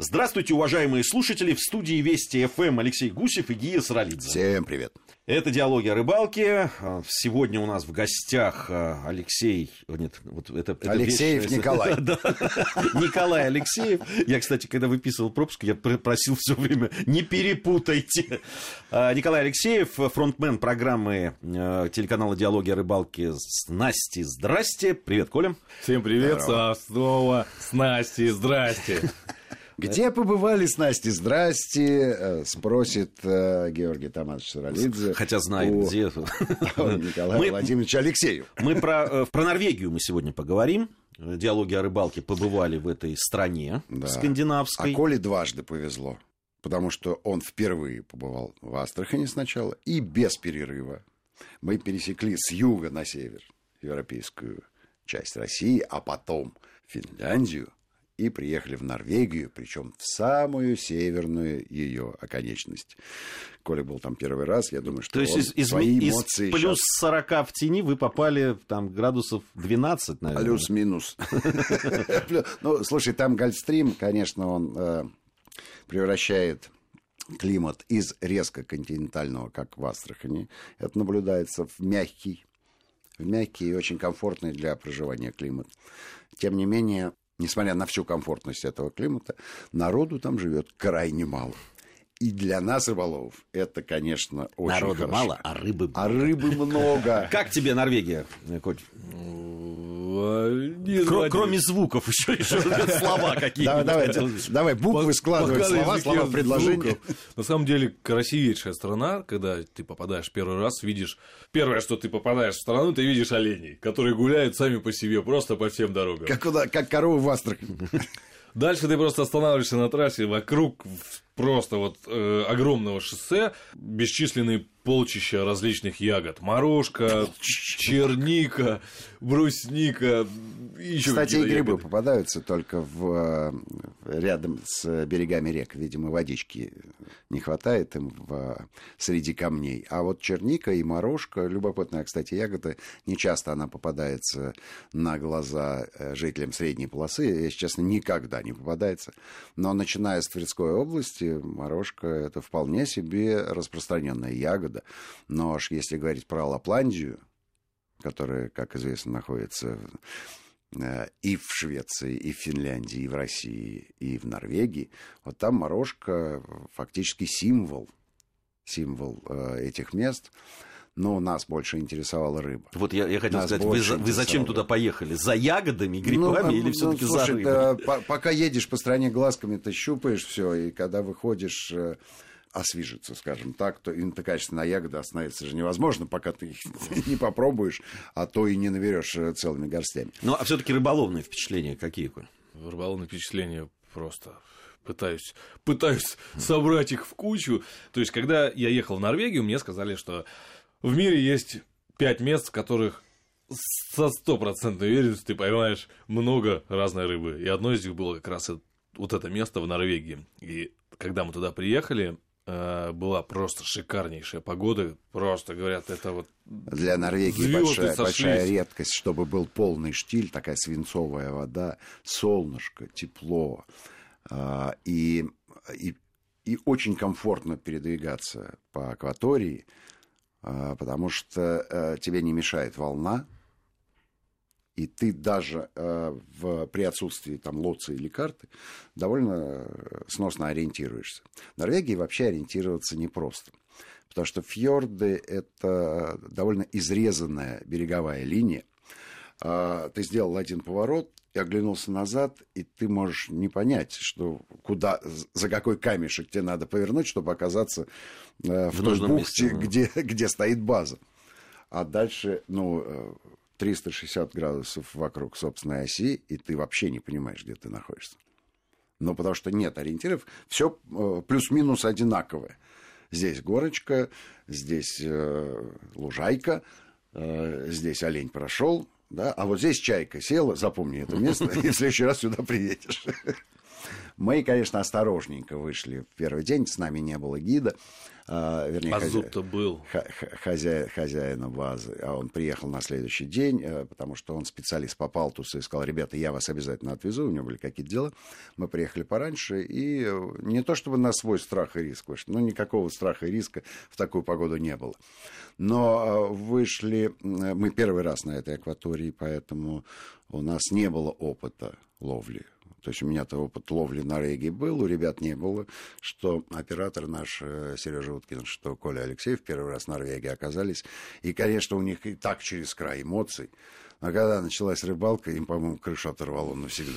Здравствуйте, уважаемые слушатели, в студии Вести ФМ Алексей Гусев и Гия Саралидзе. Всем привет. Это «Диалоги о рыбалке». Сегодня у нас в гостях Алексей... Нет, вот это Алексеев Николай. Да, Николай Алексеев. Я, кстати, когда выписывал пропуск, я просил все время, не перепутайте. Николай Алексеев, фронтмен программы телеканала «Диалоги о рыбалке» с Настей. Здрасте. Привет, Коля. Всем привет. Снова с Настей. Здрасте. Где побывали с Настей? Здрасте, спросит Георгий Тамазович Саралидзе. Хотя знает, где. Николай Владимирович Алексеев. Мы про Норвегию мы сегодня поговорим. Диалоги о рыбалке побывали в этой стране скандинавской. А Коле дважды повезло, потому что он впервые побывал в Астрахани сначала и без перерыва. Мы пересекли с юга на север европейскую часть России, а потом Финляндию. И приехали в Норвегию, причем в самую северную ее оконечность. Коля был там первый раз, я думаю, что свои эмоции... Из плюс 40 в тени вы попали там градусов 12, наверное. Плюс-минус. Ну, слушай, там Гольфстрим, конечно, он превращает климат из резко континентального, как в Астрахани. Это наблюдается в мягкий и очень комфортный для проживания климат. Тем не менее... Несмотря на всю комфортность этого климата, народу там живет крайне мало. И для нас, рыболовов, это, конечно, очень народу хорошо. Мало, а рыбы много. А рыбы много. Как тебе Норвегия, Коль? Кроме звуков еще слова какие-нибудь. Давай буквы складывай, слова в предложение. На самом деле, красивейшая страна, когда ты попадаешь первый раз, видишь... Первое, что ты попадаешь в страну, ты видишь оленей, которые гуляют сами по себе, просто по всем дорогам. Как коровы в Астрахани. Дальше ты просто останавливаешься на трассе, вокруг просто вот огромного шоссе, бесчисленные полчища различных ягод. Морожка, черника, брусника. Еще кстати, и грибы ягоды попадаются только рядом с берегами рек. Видимо, водички не хватает им среди камней. А вот черника и морожка, любопытная, кстати, ягода, нечасто она попадается на глаза жителям средней полосы. Если честно, никогда не попадается. Но начиная с Тверской области, морожка — это вполне себе распространенная ягода. Но аж если говорить про Лапландию, которая, как известно, находится и в Швеции, и в Финляндии, и в России, и в Норвегии, вот там морожка фактически символ этих мест. Но нас больше интересовала рыба. Вот я хотел сказать, вы зачем туда поехали? За ягодами, грибами или все-таки за рыбой? Да, пока едешь по стране глазками, ты щупаешь все, и когда выходишь освежиться, скажем так, то и качественно на ягоды остановиться же невозможно, пока ты их не попробуешь, а то и не наберешь целыми горстями. Ну, а все-таки рыболовные впечатления какие? Рыболовные впечатления просто... Пытаюсь собрать их в кучу. То есть, когда я ехал в Норвегию, мне сказали, что в мире есть 5 мест, в которых со 100% уверенностью ты поймаешь много разной рыбы. И одно из них было как раз вот это место в Норвегии. И когда мы туда приехали, была просто шикарнейшая погода. Просто, говорят, это вот... Для Норвегии большая редкость, чтобы был полный штиль, такая свинцовая вода, солнышко, тепло. И очень комфортно передвигаться по акватории, потому что тебе не мешает волна, и ты даже при отсутствии там лоци или карты довольно сносно ориентируешься. В Норвегии вообще ориентироваться непросто, потому что фьорды — это довольно изрезанная береговая линия. Ты сделал один поворот и оглянулся назад, и ты можешь не понять, за какой камешек тебе надо повернуть, чтобы оказаться в той бухте, где стоит база. А дальше, 360 градусов вокруг собственной оси, и ты вообще не понимаешь, где ты находишься. Но потому что нет ориентиров, все плюс-минус одинаковое. Здесь горочка, здесь лужайка, здесь олень прошел. Да? А вот здесь чайка села, запомни это место, и в следующий раз сюда приедешь. Мы, конечно, осторожненько вышли в первый день, с нами не было гида. Вернее, хозяина базы, а он приехал на следующий день, потому что он специалист по палтусу и сказал: ребята, я вас обязательно отвезу, у него были какие-то дела. Мы приехали пораньше, и не то чтобы на свой страх и риск вышли, но никакого страха и риска в такую погоду не было. Но вышли мы первый раз на этой акватории, поэтому у нас не было опыта ловли. То есть у меня-то опыт ловли на регги был, у ребят не было, что оператор наш Сережа Уткин, что Коля Алексеев первый раз в Норвегии оказались. И, конечно, у них и так через край эмоций. А когда началась рыбалка, им, по-моему, крышу оторвало навсегда.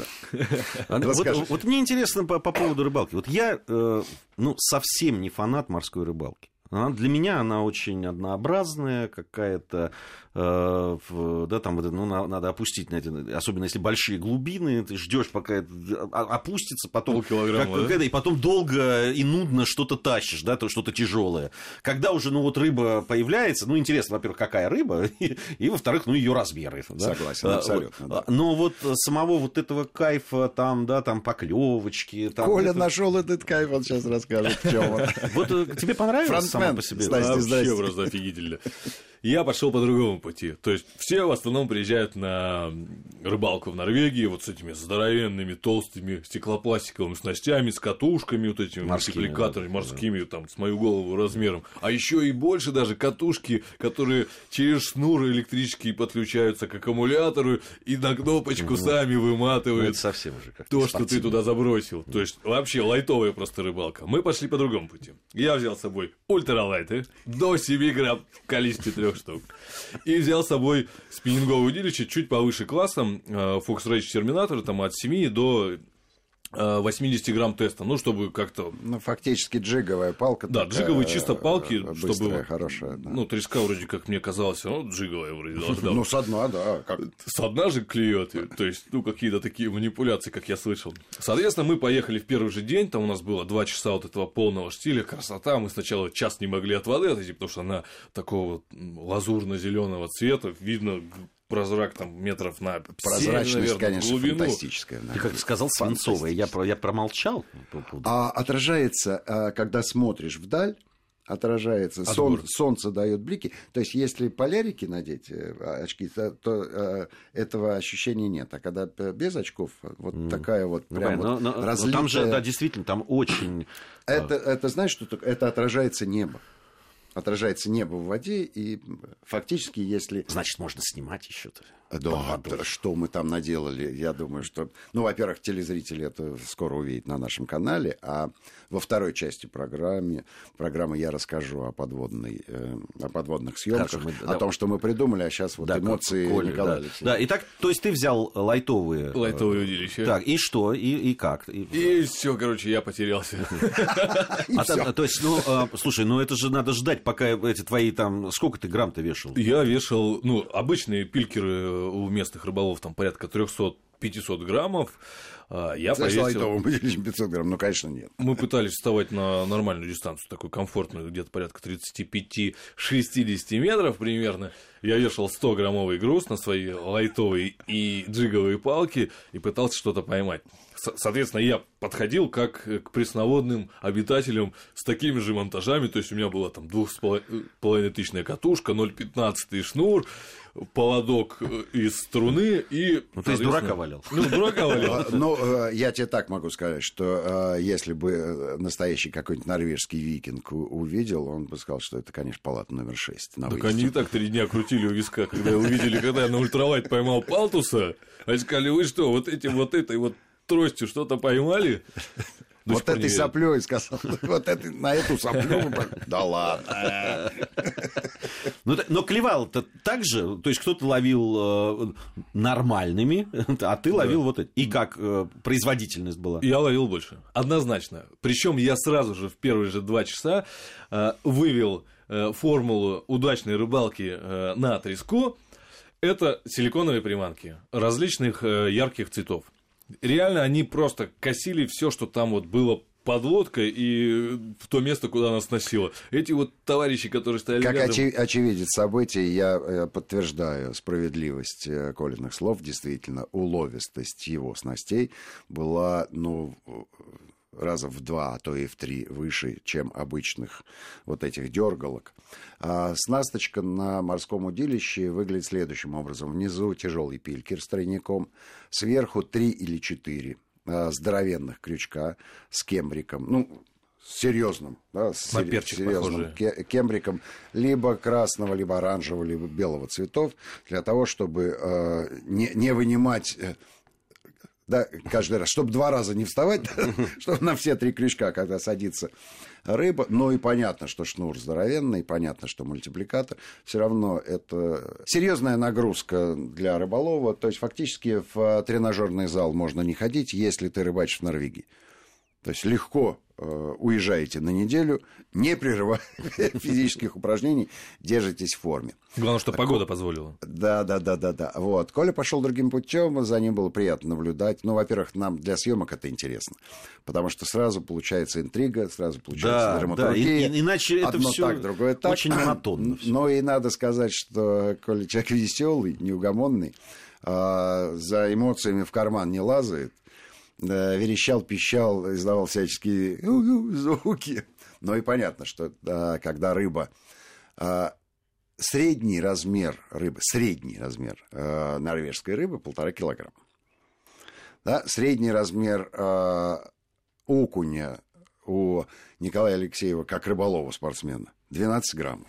Вот мне интересно по поводу рыбалки. Вот я совсем не фанат морской рыбалки. Для меня она очень однообразная, какая-то, надо опустить, особенно если большие глубины, ты ждешь, пока это опустится, потом, и потом долго и нудно что-то тащишь, да, что-то тяжелое. Когда уже, рыба появляется, интересно, во-первых, какая рыба, и во-вторых, ее размеры. Да? Согласен, абсолютно. Да. Но вот самого вот этого кайфа, там поклевочки. Коля нашел этот кайф, он сейчас расскажет, в чем он. Вот тебе понравилось? Само по себе. Вообще просто офигительно. Я пошел по другому пути. То есть все в основном приезжают на рыбалку в Норвегии вот с этими здоровенными, толстыми стеклопластиковыми снастями, с катушками, вот этими мультипликаторами морскими, там, с мою голову размером. А еще и больше даже катушки, которые через шнур электрический подключаются к аккумулятору и на кнопочку сами выматывают это совсем уже то, что ты туда забросил. То есть вообще лайтовая просто рыбалка. Мы пошли по другому пути. Я взял с собой ультралайты до 7 грамм в количестве 3 штук. И взял с собой спиннинговое удилище чуть повыше классом, Fox Rage Terminator, там от 7 до 80 грамм теста, чтобы как-то... фактически джиговая палка. Да, джиговые чисто палки, быстрая, чтобы... хорошая, да. Треска вроде как мне казалось, джиговая вроде должна. Со дна, да. Со дна же клюет, то есть, какие-то такие манипуляции, как я слышал. Соответственно, мы поехали в первый же день, там у нас было 2 часа вот этого полного штиля, красота, мы сначала час не могли от воды отойти, потому что она такого лазурно-зеленого цвета, видно... Прозрак там метров на 7, прозрачность, наверное, конечно, глубину. фантастическая. Ты как сказал, свинцовая, я промолчал. Отражается, когда смотришь вдаль, отражается, солнце дает блики. То есть, если полярики надеть очки, то этого ощущения нет. А когда без очков, вот такая вот прям разлитая... Там же, да, действительно, там очень... Это знаешь, что такое? Это отражается небо. Отражается небо в воде, и фактически, если... Значит, можно снимать еще-то. Да, что мы там наделали, я думаю, что... во-первых, телезрители это скоро увидят на нашем канале, а во второй части программы я расскажу о подводных съемках, о том, что мы придумали, а сейчас эмоции Николая Алексеевича. Да, и так, то есть ты взял лайтовые удилища. Так, и что, и как? И все, короче, я потерялся. То есть, слушай, это же надо ждать, пока эти твои там... Сколько ты грамм-то вешал? Я вешал, обычные пилькеры у местных рыболов там порядка 300-500 граммов. Я повесил... 500 грамм, конечно, нет. Мы пытались вставать на нормальную дистанцию, такую комфортную, где-то порядка 35-60 метров примерно. Я вешал 100-граммовый груз на свои лайтовые и джиговые палки и пытался что-то поймать. Соответственно, я подходил как к пресноводным обитателям с такими же монтажами. То есть, у меня была там 2500 катушка, 0,15 шнур, поводок из струны и... то есть, дурака валял. Дурака валял. Я тебе так могу сказать, что если бы настоящий какой-нибудь норвежский викинг увидел, он бы сказал, что это, конечно, палата номер 6. Так они так 3 дня крутили у виска, когда увидели, когда я на ультралайт поймал палтуса. Они сказали: вы что, вот этой тростью что-то поймали? Вот этой соплей сказал. На эту соплю. Да ладно. Но клевал-то так же? То есть, кто-то ловил нормальными, а ты ловил вот эти. И как производительность была? Я ловил больше. Однозначно. Причем я сразу же в первые же 2 часа вывел формулу удачной рыбалки на треску. Это силиконовые приманки различных ярких цветов. Реально они просто косили все, что там было подлодка и в то место, куда нас сносило. Эти вот товарищи, которые стояли как рядом... очевидец событий, я подтверждаю справедливость Колиных слов. Действительно, уловистость его снастей была, раза в 2, а то и в 3 выше, чем обычных вот этих дергалок. А снасточка на морском удилище выглядит следующим образом. Внизу тяжелый пилькер с тройником, сверху 3 или 4 здоровенных крючка с кембриком, с серьезным, да, с серьезным кембриком, либо красного, либо оранжевого, либо белого цветов, для того, чтобы не вынимать... Да, каждый раз, чтобы 2 раза не вставать, чтобы на все 3 крючка, когда садится рыба. Ну и понятно, что шнур здоровенный, понятно, что мультипликатор. Все равно это серьезная нагрузка для рыболова. То есть фактически в тренажерный зал можно не ходить, если ты рыбачишь в Норвегии. То есть легко уезжаете на неделю, не прерывая физических упражнений, держитесь в форме. Главное, что погода позволила. Да. Вот. Коля пошел другим путем, за ним было приятно наблюдать. Во-первых, нам для съемок это интересно, потому что сразу получается интрига, сразу получается драматургия. Да. Иначе это одно все так, другое так. Очень монотонно. Но и надо сказать, что Коля человек веселый, неугомонный, за эмоциями в карман не лазает. Верещал, пищал, издавал всяческие звуки. Но и понятно, что когда рыба... Средний размер норвежской рыбы 1,5 килограмма. Да? Средний размер окуня у Николая Алексеева, как рыболова-спортсмена, 12 граммов.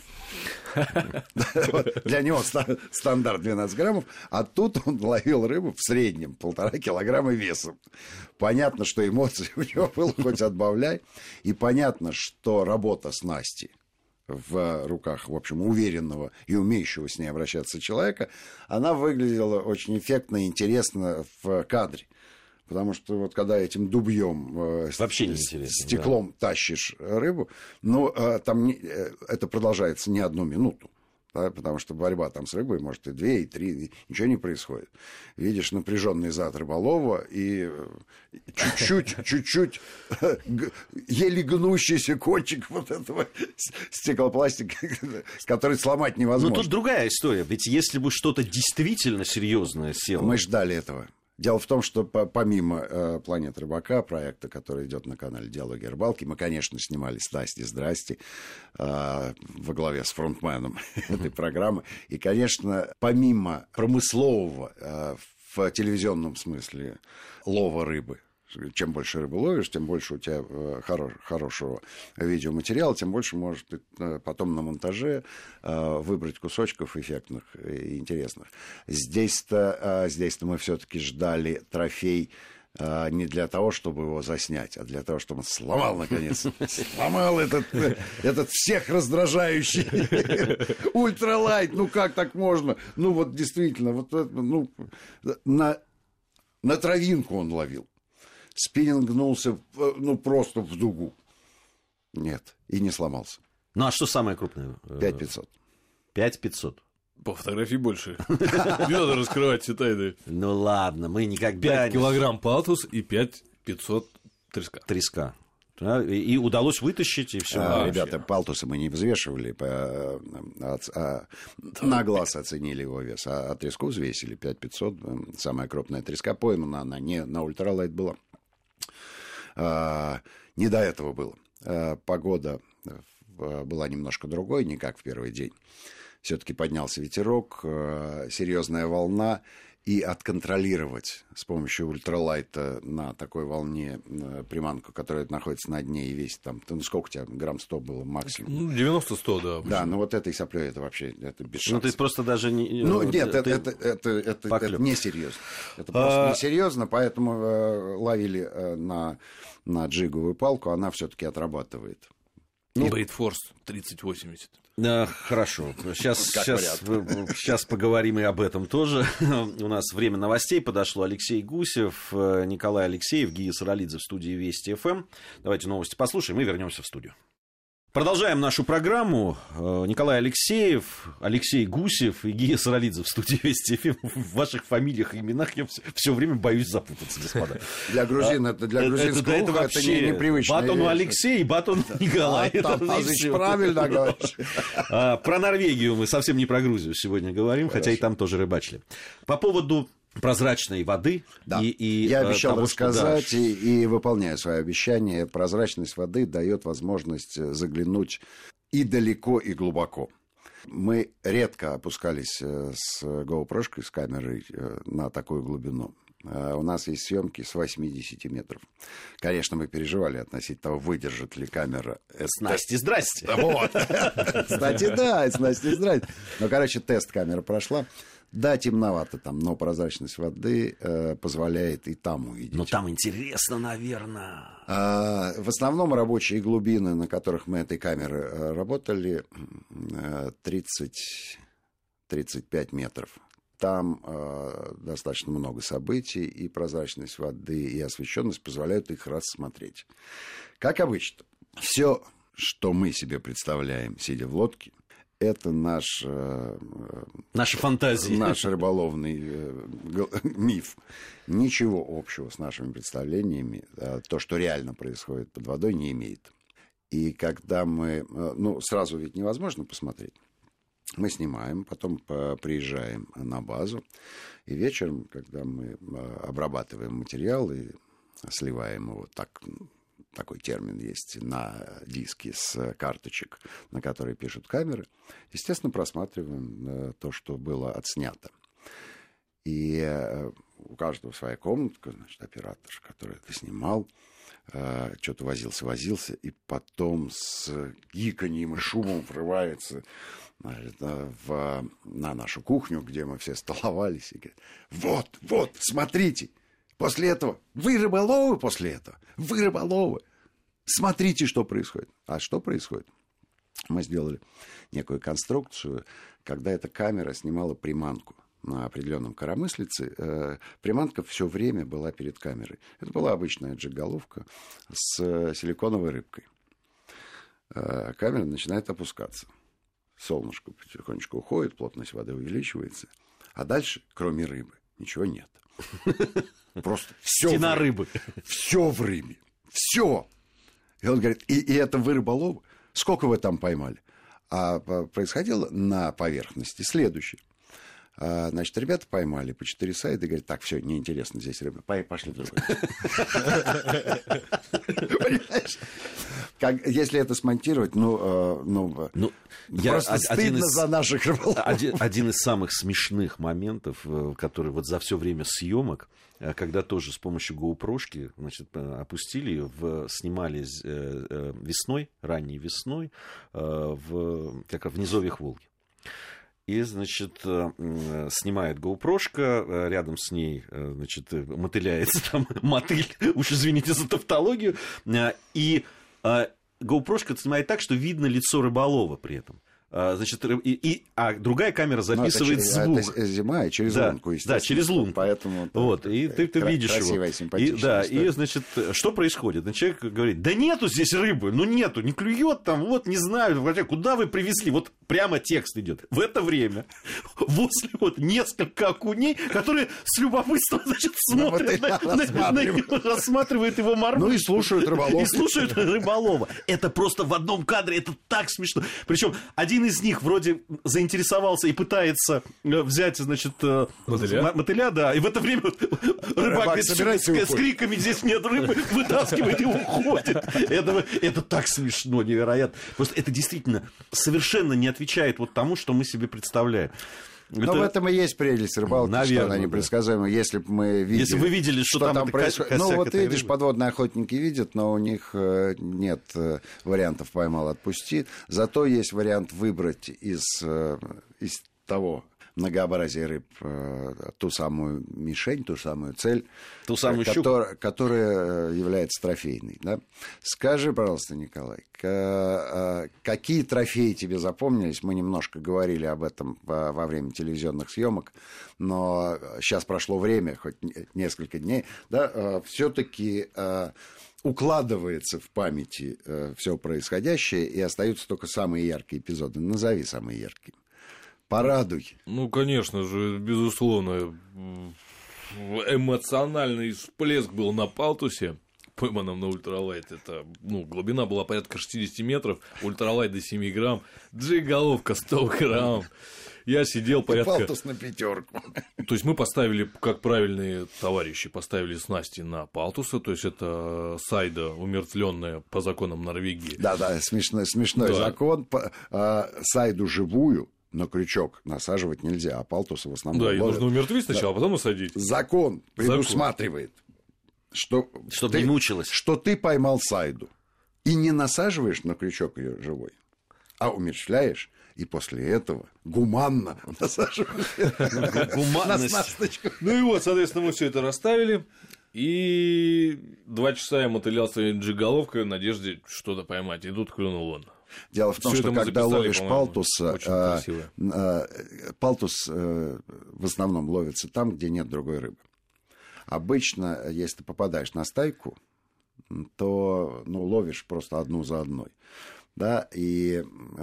Для него стандарт 12 граммов, а тут он ловил рыбу в среднем 1,5 килограмма весом. Понятно, что эмоций у него было хоть отбавляй, и понятно, что работа снасти в руках, в общем, уверенного и умеющего с ней обращаться человека, она выглядела очень эффектно и интересно в кадре. Потому что вот когда этим дубьем, стеклом тащишь рыбу, там это продолжается не 1 минуту. Да, потому что борьба там с рыбой может и 2, и 3, ничего не происходит. Видишь напряженный зад рыболова и чуть-чуть еле гнущийся кончик вот этого стеклопластика, который сломать невозможно. Но тут другая история. Ведь если бы что-то действительно серьезное село... Мы ждали этого. Дело в том, что помимо «Планеты рыбака», проекта, который идет на канале «Диалоги о рыбалке», мы, конечно, снимали «Снасти, здрасте» во главе с фронтменом этой программы. И, конечно, помимо промыслового в телевизионном смысле лова рыбы, чем больше рыбы ловишь, тем больше у тебя хорошего видеоматериала, тем больше может потом на монтаже выбрать кусочков эффектных и интересных. Здесь-то мы все-таки ждали трофей не для того, чтобы его заснять, а для того, чтобы он сломал, наконец. Сломал этот всех раздражающий ультралайт. Как так можно? Действительно, на травинку он ловил. Спиннинг гнулся, просто в дугу. Нет, и не сломался. А что самое крупное? 5500. 5500. По фотографии больше. Не надо раскрывать все тайны. Ладно, мы никогда... 5 килограмм палтус и 5500 треска. Треска. И удалось вытащить, и все. Ребята, палтусы мы не взвешивали, на глаз оценили его вес, а треску взвесили 5500, самая крупная треска, поймана она не на ультралайт была. Не до этого было. Погода была немножко другой, не как в первый день. Все-таки поднялся ветерок, серьезная волна, и отконтролировать с помощью ультралайта на такой волне приманку, которая находится на дне и весит там, сколько у тебя, грамм 100 было максимум? 90-100, да. Да, этой соплей это вообще без шансов. То есть просто даже не... Нет, это несерьезно. Это просто несерьезно, поэтому ловили на джиговую палку, она все-таки отрабатывает. Бейтфорс 3080. Хорошо. Сейчас поговорим и об этом тоже. У нас время новостей подошло. Алексей Гусев, Николай Алексеев, Гия Саралидзе в студии Вести ФМ. Давайте новости послушаем и вернемся в студию. Продолжаем нашу программу. Николай Алексеев, Алексей Гусев и Гия Саралидзе в студии Вести ФМ. В ваших фамилиях и именах я все время боюсь запутаться, господа. Для грузин это для грузинского это уха вообще это непривычно. Батону Алексей и батону Николай. Правильно говоришь. Про Норвегию мы совсем не про Грузию сегодня говорим, хотя и там тоже рыбачили. По поводу прозрачной воды. Да. И я обещал того, рассказать что, и выполняю свое обещание. Прозрачность воды дает возможность заглянуть и далеко, и глубоко. Мы редко опускались с GoPro-шкой, с камерой на такую глубину. У нас есть съемки с 80 метров. Конечно, мы переживали относительно того, выдержит ли камера. Снасти, здрасте. Вот. Кстати, да, снасти, здрасте. Но, короче, тест камера прошла. Да, темновато там, но прозрачность воды позволяет и там увидеть. Но там интересно, наверное. В основном рабочие глубины, на которых мы этой камерой работали, 30-35 метров. Там достаточно много событий, и прозрачность воды, и освещенность позволяют их рассмотреть. Как обычно, все, что мы себе представляем, сидя в лодке, это наша фантазия, наш рыболовный миф. Ничего общего с нашими представлениями, то, что реально происходит под водой, не имеет. И когда мы... сразу ведь невозможно посмотреть. Мы снимаем, потом приезжаем на базу, и вечером, когда мы обрабатываем материал и сливаем его такой термин есть на диске с карточек, на которые пишут камеры. Естественно, просматриваем то, что было отснято. И у каждого своя комнатка, значит, оператор, который это снимал, что-то возился, и потом с гиканьем и шумом врывается, значит, на нашу кухню, где мы все столовались, и говорит: вот, смотрите, после этого, вы рыболовы после этого, вы рыболовы. Смотрите, что происходит. А что происходит? Мы сделали некую конструкцию, когда эта камера снимала приманку на определенном коромыслице. Приманка все время была перед камерой. Это была обычная джиг-головка с силиконовой рыбкой. Камера начинает опускаться. Солнышко потихонечку уходит, плотность воды увеличивается. А дальше, кроме рыбы, ничего нет. Просто все. Стена рыбы. Все в рыбе. Все. И он говорит: и это вы рыболовы? Сколько вы там поймали? А происходило на поверхности следующее. Значит, ребята поймали по 4 сайда и говорят: так, все, неинтересно здесь рыба. Пошли в другой. Понимаешь? Если это смонтировать, просто стыдно за наших рыболовов. Один из самых смешных моментов, который вот за все время съемок, когда тоже с помощью GoPro-шки, значит, опустили ее, снимали весной, ранней весной, как в низовьях Волги. И, значит, снимает GoPro-шка, рядом с ней, значит, мотыляется там мотыль, уж извините за тавтологию, и GoPro-шка снимает так, что видно лицо рыболова при этом. Значит, а другая камера записывает звук. Это зима, и через лунку, естественно. Да, через лунку. Поэтому вот, и ты видишь его. И, значит, что происходит? Человек говорит: да нету здесь рыбы, нету, не клюет там, вот, не знаю, куда вы привезли? Вот прямо текст идет. В это время возле несколько окуней, которые с любопытством, значит, смотрят, рассматривают его морду. И слушают рыболова. Это просто в одном кадре, это так смешно. Причем один из них вроде заинтересовался и пытается взять, значит, мотыля, да, и в это время рыбак с криками: здесь нет рыбы, вытаскивает и уходит. Это так смешно, невероятно. Просто это действительно совершенно не отвечает тому, что мы себе представляем. Но в этом и есть прелесть рыбалки, наверное, что она непредсказуема. Если бы мы видели, если вы видели, что там происходит. Вот видишь, подводные охотники видят, но у них нет вариантов «поймал, отпусти». Зато есть вариант выбрать из того многообразие рыб, ту самую мишень, ту самую цель, ту самую которая является трофейной. Да? Скажи, пожалуйста, Николай, какие трофеи тебе запомнились? Мы немножко говорили об этом во время телевизионных съемок, но сейчас прошло время, хоть несколько дней, да, все-таки укладывается в памяти все происходящее, и остаются только самые яркие эпизоды. Назови самые яркие. Порадуй. Ну, конечно же, безусловно, эмоциональный всплеск был на Палтусе, пойманном на ультралайт. Это, глубина была порядка 60 метров, ультралайт до 7 грамм, джиг-головка 100 грамм. Я сидел порядка... Палтус на 5. То есть мы поставили, как правильные товарищи, поставили снасти на Палтуса, то есть это сайда, умертвленная по законам Норвегии. Да, смешной закон. Сайду живую на крючок насаживать нельзя, а палтуса в основном... Да, ее нужно умертвить сначала, а потом насадить. Закон предусматривает, чтобы не мучилась. Что ты поймал сайду и не насаживаешь на крючок ее живой, а умерщвляешь, и после этого гуманно насаживаешь на снасточку. Ну и вот, соответственно, мы все это расставили, и 2 часа я мотылял своей джиг-головкой в надежде что-то поймать, и тут клюнул он. Дело в том, что когда ловишь палтуса, палтус в основном ловится там, где нет другой рыбы. Обычно, если ты попадаешь на стайку, то ловишь просто одну за одной. Да? И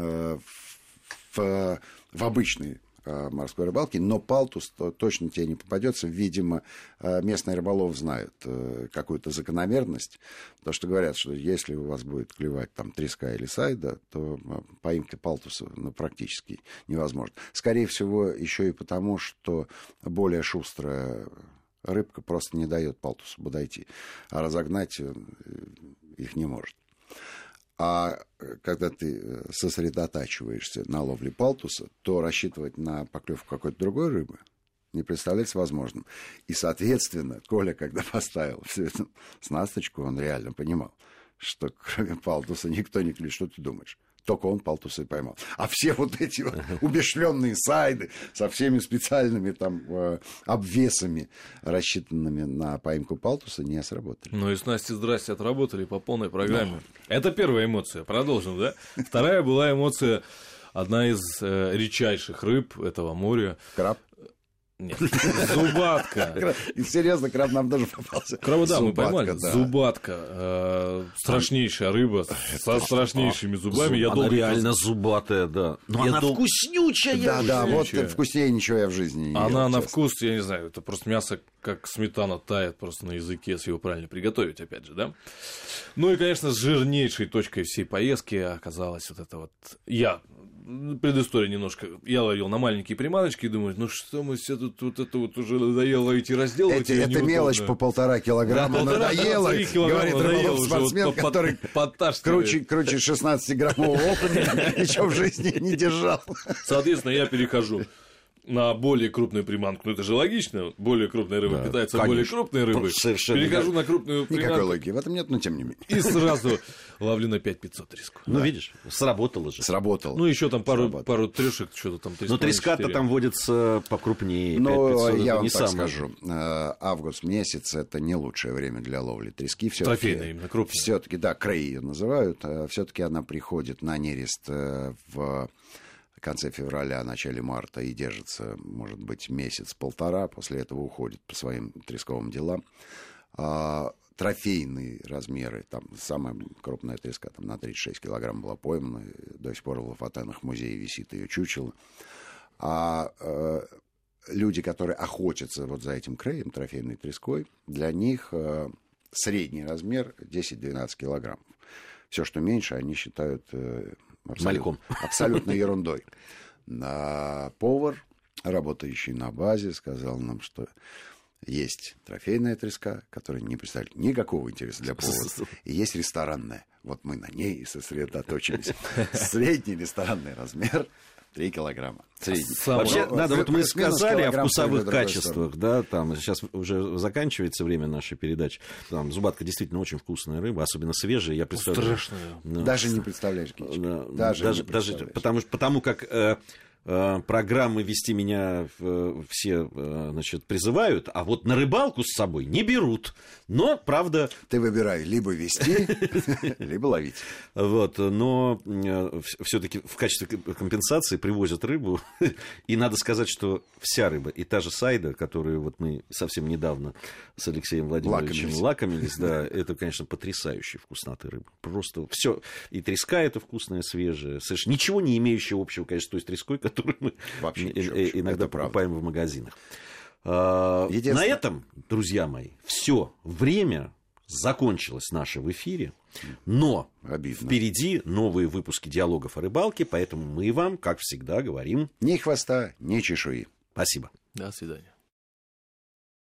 в обычной морской рыбалки, но палтус точно тебе не попадется. Видимо, местные рыболовы знают какую-то закономерность, потому что говорят, что если у вас будет клевать там треска или сайда, то поимка палтуса практически невозможно. Скорее всего, еще и потому, что более шустрая рыбка просто не дает палтусу подойти, а разогнать их не может. А когда ты сосредотачиваешься на ловле палтуса, то рассчитывать на поклевку какой-то другой рыбы не представляется возможным. И, соответственно, Коля, когда поставил всю эту снасточку, он реально понимал, что кроме палтуса никто не клюет. Что ты думаешь? Только он палтуса и поймал. А все вот эти вот убешленные сайды со всеми специальными там обвесами, рассчитанными на поимку палтуса, не сработали. Ну и снасти, здрасте, отработали по полной программе. Это первая эмоция. Продолжим, да? Вторая была эмоция, одна из редчайших рыб этого моря. Краб? Нет, зубатка. Серьезно, краб нам даже попался. Краба, да, мы поймали. Да. Зубатка. Страшнейшая рыба со страшнейшими зубами. Она реально зубатая, да. Но она вкуснючая. Да, вот вкуснее ничего я в жизни не ел. Она на вкус, я не знаю, это просто мясо, как сметана, тает просто на языке, если его правильно приготовить, опять же, да. Ну и, конечно, жирнейшей точкой всей поездки оказалась вот эта вот... Предыстория немножко. Я ловил на маленькие приманочки и думаю, что мы все тут вот это вот уже надоело идти разделывать. Это мелочь по 1,5 килограмма надоело, говорит рыболов-спортсмен, который круче 16-граммового окуня ничего в жизни не держал. Соответственно, я перехожу на более крупную приманку. Это же логично. Более крупная рыба питается более крупной рыбой. Перехожу на крупную приманку. Никакой логики в этом нет, но тем не менее. И сразу ловлю на 5500 треску. Видишь, сработало же. Сработало. Ну, еще там пару трешек, что-то там. Но треска-то там водится покрупнее. Ну, я вам так скажу. Август месяц — это не лучшее время для ловли трески. Трофейная, именно крупная. Все-таки, да, крей ее называют. Все-таки она приходит на нерест в конце февраля, начале марта и держится, может быть, месяц-полтора, после этого уходит по своим тресковым делам. Трофейные размеры, там самая крупная треска там, на 36 килограмм была поймана, до сих пор в Лафатенах в музее висит ее чучело. А люди, которые охотятся вот за этим креем, трофейной треской, для них средний размер 10-12 килограммов. Все, что меньше, они считают абсолютно ерундой. Повар, работающий на базе, сказал нам, что есть трофейная треска, которая не представляет никакого интереса для повара, и есть ресторанная. Вот мы на ней и сосредоточились. Средний ресторанный размер 3 килограмма. Вообще, вот мы сказали о вкусовых качествах, да, там сейчас уже заканчивается время нашей передачи. Там зубатка действительно очень вкусная рыба, особенно свежая, я представляю. Страшная. Даже не представляешь, Генечка. Даже потому как программы вести меня все, значит, призывают, а вот на рыбалку с собой не берут. Но, правда... Ты выбирай, либо вести, либо ловить. Вот, но все-таки в качестве компенсации привозят рыбу. И надо сказать, что вся рыба, и та же сайда, которую вот мы совсем недавно с Алексеем Владимировичем лакомились, да, это, конечно, потрясающая вкусноты рыбы. Просто все. И треска это вкусная, свежая. Совершенно ничего не имеющее общего, конечно, с той треской, которую мы иногда покупаем в магазинах. На этом, друзья мои, все. Время закончилось наше в эфире. Но впереди новые выпуски диалогов о рыбалке, поэтому мы вам, как всегда, говорим... Ни хвоста, ни чешуи. Спасибо. До свидания.